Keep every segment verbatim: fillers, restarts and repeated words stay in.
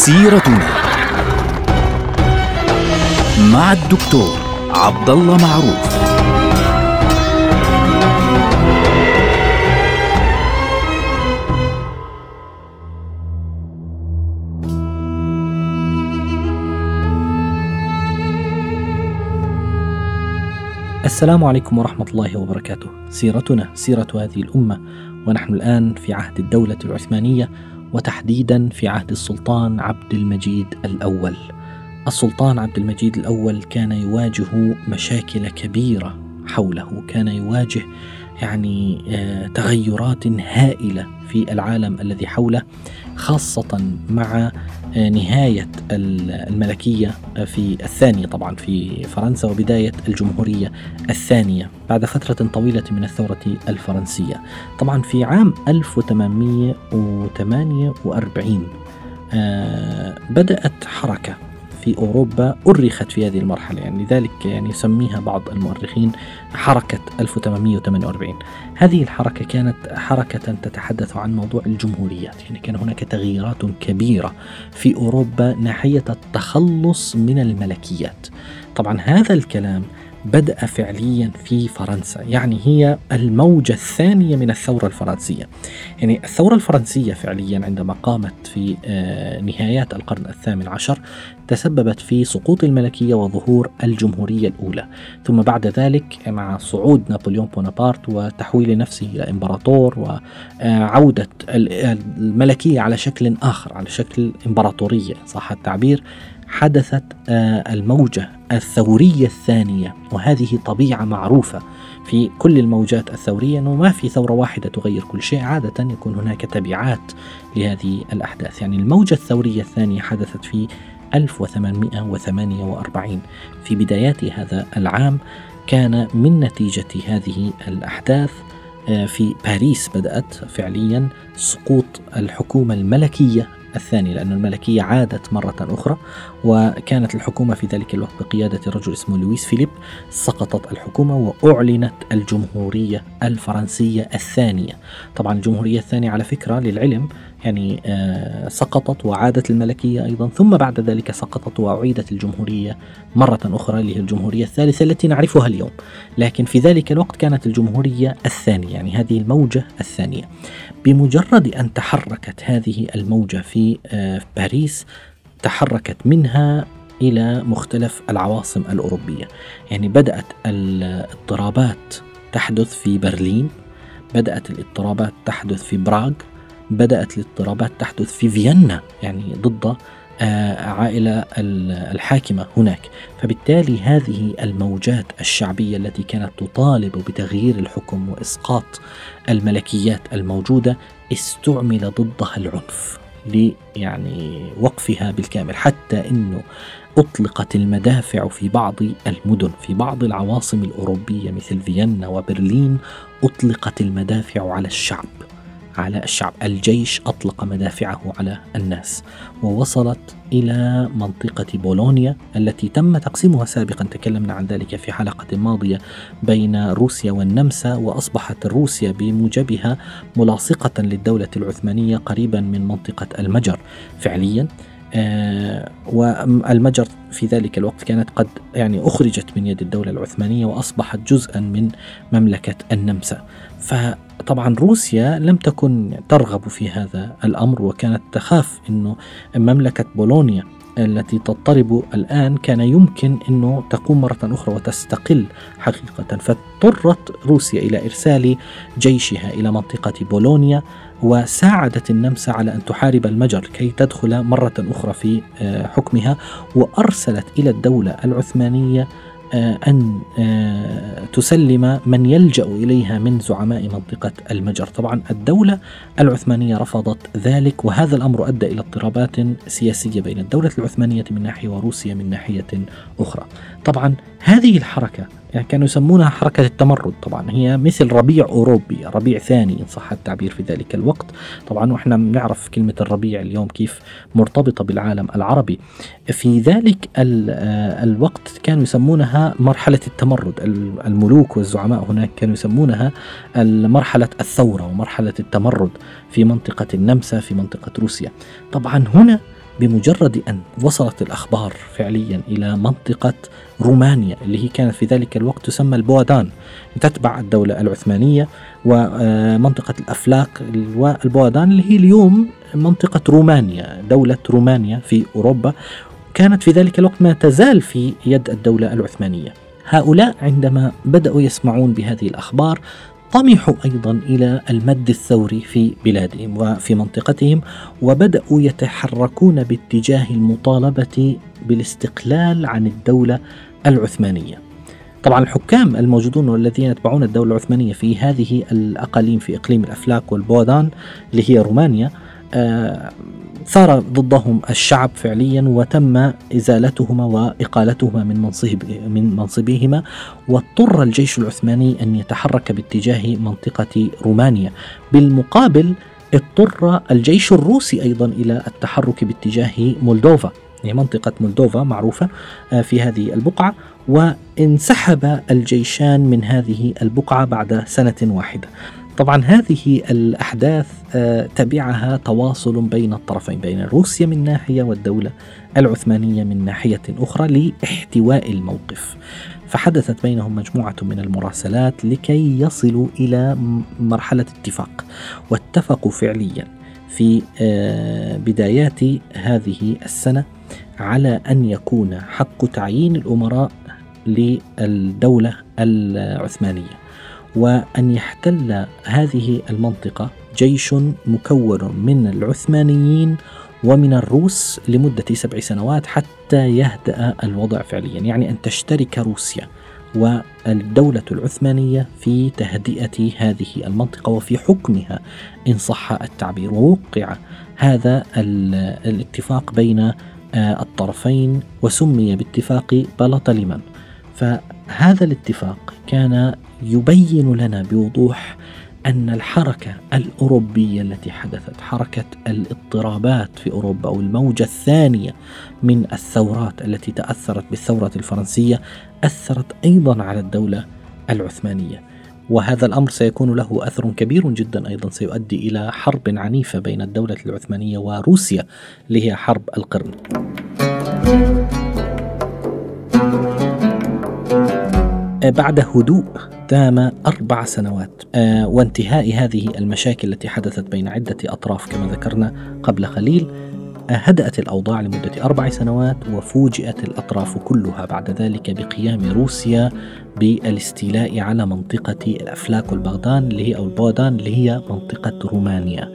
سيرتنا مع الدكتور عبد الله معروف. السلام عليكم ورحمة الله وبركاته. سيرتنا سيرة هذه الأمة، ونحن الآن في عهد الدولة العثمانية، وتحديدا في عهد السلطان عبد المجيد الأول. السلطان عبد المجيد الأول كان يواجه مشاكل كبيرة حوله، كان يواجه يعني تغيرات هائلة في العالم الذي حوله، خاصة مع نهاية الملكية في الثانية طبعا في فرنسا، وبداية الجمهورية الثانية بعد فترة طويلة من الثورة الفرنسية. طبعا في عام ألف وثمانمئة وثمانية وأربعين بدأت حركة في أوروبا أرخت في هذه المرحلة، يعني لذلك يعني يسميها بعض المؤرخين حركة ألف وثمانمئة وثمانية وأربعين. هذه الحركة كانت حركة تتحدث عن موضوع الجمهوريات، يعني كان هناك تغييرات كبيرة في أوروبا ناحية التخلص من الملكيات. طبعا هذا الكلام بدأ فعليا في فرنسا، يعني هي الموجة الثانية من الثورة الفرنسية. يعني الثورة الفرنسية فعليا عندما قامت في نهايات القرن الثامن عشر تسببت في سقوط الملكية وظهور الجمهورية الأولى، ثم بعد ذلك مع صعود نابليون بونابرت وتحويل نفسه إلى إمبراطور وعودة الملكية على شكل آخر، على شكل إمبراطورية صح التعبير، حدثت الموجة الثورية الثانية. وهذه طبيعة معروفة في كل الموجات الثورية، أنه ما في ثورة واحدة تغير كل شيء، عادة يكون هناك تبعات لهذه الأحداث. يعني الموجة الثورية الثانية حدثت في ألف وثمانمئة وثمانية وأربعين في بدايات هذا العام. كان من نتيجة هذه الأحداث في باريس بدأت فعليا سقوط الحكومة الملكية الثاني، لأن الملكية عادت مرة أخرى، وكانت الحكومة في ذلك الوقت بقيادة رجل اسمه لويس فيليب. سقطت الحكومة وأعلنت الجمهورية الفرنسية الثانية. طبعا الجمهورية الثانية على فكرة للعلم يعني آه سقطت وعادت الملكية أيضا، ثم بعد ذلك سقطت وأعيدت الجمهورية مرة أخرى اللي هي الجمهورية الثالثة التي نعرفها اليوم، لكن في ذلك الوقت كانت الجمهورية الثانية، يعني هذه الموجة الثانية. بمجرد أن تحركت هذه الموجة في آه باريس، تحركت منها إلى مختلف العواصم الأوروبية. يعني بدأت الاضطرابات تحدث في برلين، بدأت الاضطرابات تحدث في براغ، بدأت الاضطرابات تحدث في فيينا، يعني ضد عائلة الحاكمة هناك. فبالتالي هذه الموجات الشعبية التي كانت تطالب بتغيير الحكم وإسقاط الملكيات الموجودة استعمل ضدها العنف لي يعني وقفها بالكامل، حتى أنه أطلقت المدافع في بعض المدن، في بعض العواصم الأوروبية مثل فيينا وبرلين، أطلقت المدافع على الشعب على الشعب الجيش أطلق مدافعه على الناس، ووصلت إلى منطقة بولونيا التي تم تقسيمها سابقا، تكلمنا عن ذلك في حلقة ماضية، بين روسيا والنمسا، وأصبحت روسيا بموجبها ملاصقة للدولة العثمانية قريبا من منطقة المجر فعليا. آه والمجر في ذلك الوقت كانت قد يعني أخرجت من يد الدولة العثمانية وأصبحت جزءا من مملكة النمسا. فطبعا روسيا لم تكن ترغب في هذا الأمر، وكانت تخاف أنه مملكة بولونيا التي تضطرب الآن كان يمكن أنه تقوم مرة أخرى وتستقل حقيقة. فاضطرت روسيا إلى إرسال جيشها إلى منطقة بولونيا، وساعدت النمسا على أن تحارب المجر كي تدخل مرة أخرى في حكمها، وأرسلت إلى الدولة العثمانية أن تسلم من يلجأ إليها من زعماء منطقة المجر. طبعا الدولة العثمانية رفضت ذلك، وهذا الأمر أدى إلى اضطرابات سياسية بين الدولة العثمانية من ناحية وروسيا من ناحية أخرى. طبعا هذه الحركة يعني كانوا يسمونها حركة التمرد، طبعا هي مثل ربيع أوروبي، ربيع ثاني إن صح التعبير في ذلك الوقت. طبعا وإحنا نعرف كلمة الربيع اليوم كيف مرتبطة بالعالم العربي. في ذلك الوقت كانوا يسمونها مرحلة التمرد، الملوك والزعماء هناك كانوا يسمونها مرحلة الثورة ومرحلة التمرد في منطقة النمسا في منطقة روسيا. طبعا هنا بمجرد أن وصلت الأخبار فعليا إلى منطقة رومانيا اللي هي كانت في ذلك الوقت تسمى البوادان، تتبع الدولة العثمانية، ومنطقة الأفلاك والبوادان اللي هي اليوم منطقة رومانيا، دولة رومانيا في أوروبا، كانت في ذلك الوقت ما تزال في يد الدولة العثمانية. هؤلاء عندما بدأوا يسمعون بهذه الأخبار طمحوا أيضا إلى المد الثوري في بلادهم وفي منطقتهم، وبدأوا يتحركون باتجاه المطالبة بالاستقلال عن الدولة العثمانية. طبعا الحكام الموجودون والذين يتبعون الدولة العثمانية في هذه الأقاليم في إقليم الأفلاك والبوادان اللي هي رومانيا آه ثار ضدهم الشعب فعليا، وتم إزالتهما وإقالتهما من منصب من منصبهما، واضطر الجيش العثماني أن يتحرك باتجاه منطقة رومانيا. بالمقابل اضطر الجيش الروسي أيضا إلى التحرك باتجاه مولدوفا، يعني منطقة مولدوفا معروفة في هذه البقعة، وانسحب الجيشان من هذه البقعة بعد سنة واحدة. طبعا هذه الأحداث تبعها تواصل بين الطرفين، بين روسيا من ناحية والدولة العثمانية من ناحية أخرى لاحتواء الموقف، فحدثت بينهم مجموعة من المراسلات لكي يصلوا إلى مرحلة اتفاق. واتفقوا فعليا في بدايات هذه السنة على أن يكون حق تعيين الأمراء للدولة العثمانية، وأن يحتل هذه المنطقة جيش مكون من العثمانيين ومن الروس لمدة سبع سنوات حتى يهدأ الوضع فعليا، يعني أن تشترك روسيا والدولة العثمانية في تهدئة هذه المنطقة وفي حكمها إن صح التعبير. ووقع هذا الاتفاق بين الطرفين وسمي باتفاق بلطليمان. فهذا الاتفاق كان يبين لنا بوضوح أن الحركة الأوروبية التي حدثت، حركة الاضطرابات في أوروبا أو الموجة الثانية من الثورات التي تأثرت بالثورة الفرنسية، أثرت أيضا على الدولة العثمانية، وهذا الأمر سيكون له أثر كبير جدا أيضا، سيؤدي إلى حرب عنيفة بين الدولة العثمانية وروسيا اللي هي حرب القرن. بعد هدوء دام أربع سنوات آه وانتهاء هذه المشاكل التي حدثت بين عدة أطراف كما ذكرنا قبل قليل، آه هدأت الأوضاع لمدة أربع سنوات، وفوجئت الأطراف كلها بعد ذلك بقيام روسيا بالاستيلاء على منطقة الأفلاك والبغدان اللي هي أو البودان اللي هي منطقة رومانيا.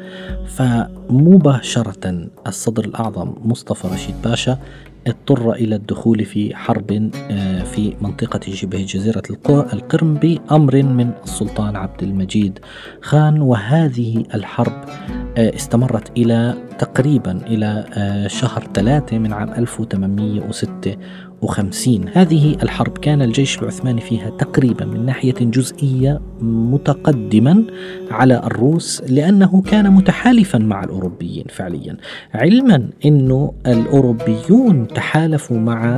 فمباشرة الصدر الأعظم مصطفى رشيد باشا اضطر إلى الدخول في حرب في منطقة شبه جزيرة القرم بأمر من السلطان عبد المجيد خان، وهذه الحرب استمرت إلى تقريبا إلى شهر ثلاثة من عام ألف وثمانمئة وستة وخمسين. هذه الحرب كان الجيش العثماني فيها تقريبا من ناحية جزئية متقدما على الروس، لأنه كان متحالفا مع الأوروبيين فعليا، علما أنه الأوروبيون تحالفوا مع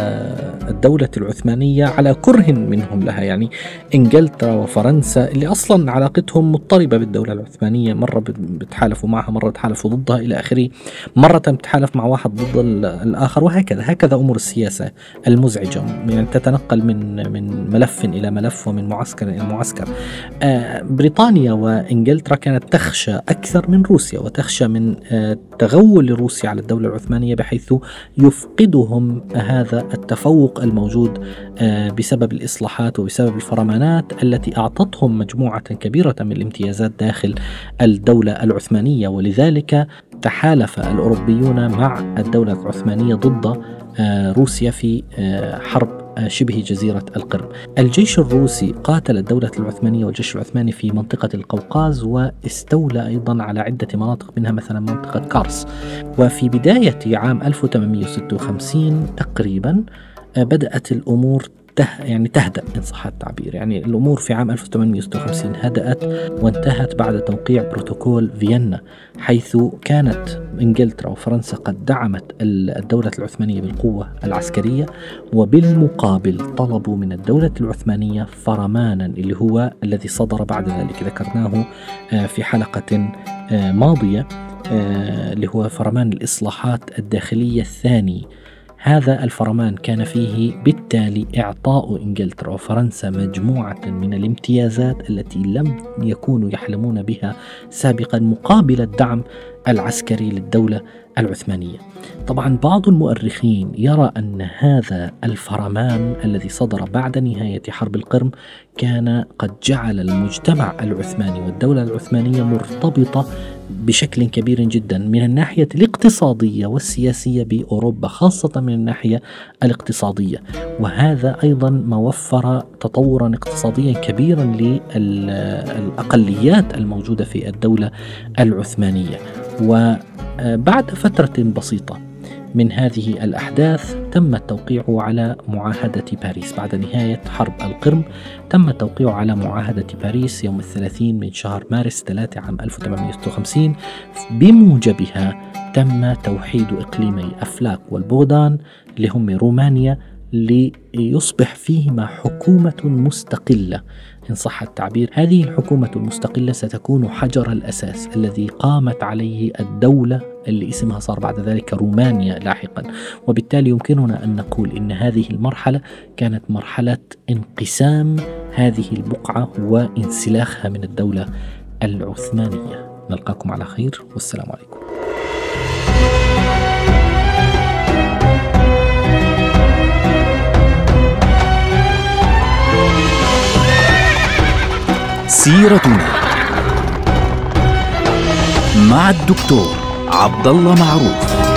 الدولة العثمانية على كره منهم لها، يعني إنجلترا وفرنسا اللي أصلا علاقتهم مضطربة بالدولة العثمانية، مرة بتحالفوا معها، مرة تحالفوا ضدها إلى آخره، مرة بتحالف مع واحد ضد الآخر، وهكذا هكذا أمور السياسة المزعجة، يعني تتنقل من من ملف إلى ملف ومن معسكر إلى معسكر. آه بريطانيا وإنجلترا كانت تخشى أكثر من روسيا، وتخشى من آه تغول روسيا على الدولة العثمانية بحيث يفقدهم هذا التفوق الموجود آه بسبب الإصلاحات وبسبب الفرمانات التي أعطتهم مجموعة كبيرة من الامتيازات داخل الدولة العثمانية. ولذلك تحالف الأوروبيون مع الدولة العثمانية ضد روسيا في حرب شبه جزيرة القرم. الجيش الروسي قاتل الدولة العثمانية والجيش العثماني في منطقة القوقاز، واستولى أيضا على عدة مناطق منها مثلا منطقة كارس. وفي بداية عام ألف وثمانمئة وستة وخمسين تقريبا بدأت الأمور ته يعني تهدأ إن صح التعبير، يعني الأمور في عام ألف وثمانمئة وستة وخمسين هدأت وانتهت بعد توقيع بروتوكول فيينا، حيث كانت إنجلترا وفرنسا قد دعمت الدولة العثمانية بالقوة العسكرية، وبالمقابل طلبوا من الدولة العثمانية فرمانا اللي هو الذي صدر بعد ذلك ذكرناه في حلقة ماضية، آه، اللي هو فرمان الإصلاحات الداخلية الثاني. هذا الفرمان كان فيه بالتالي إعطاء إنجلترا وفرنسا مجموعة من الامتيازات التي لم يكونوا يحلمون بها سابقا مقابل الدعم العسكري للدولة العثمانية. طبعا بعض المؤرخين يرى أن هذا الفرمان الذي صدر بعد نهاية حرب القرم كان قد جعل المجتمع العثماني والدولة العثمانية مرتبطة بشكل كبير جدا من الناحية الاقتصادية والسياسية بأوروبا، خاصة من الناحية الاقتصادية، وهذا أيضا ما وفر تطورا اقتصاديا كبيرا للأقليات الموجودة في الدولة العثمانية. وبعد فترة بسيطة من هذه الأحداث تم التوقيع على معاهدة باريس. بعد نهاية حرب القرم تم التوقيع على معاهدة باريس يوم الثلاثين من شهر مارس ثلاثة عام ألف وثمانمائة وستة وخمسين. بموجبها تم توحيد إقليمي أفلاك والبغدان اللي هم رومانيا ليصبح فيهما حكومة مستقلة إن صح التعبير. هذه الحكومة المستقلة ستكون حجر الأساس الذي قامت عليه الدولة اللي اسمها صار بعد ذلك رومانيا لاحقا. وبالتالي يمكننا أن نقول إن هذه المرحلة كانت مرحلة انقسام هذه البقعة وانسلاخها من الدولة العثمانية. نلقاكم على خير والسلام عليكم. سيرتنا مع الدكتور عبد الله معروف.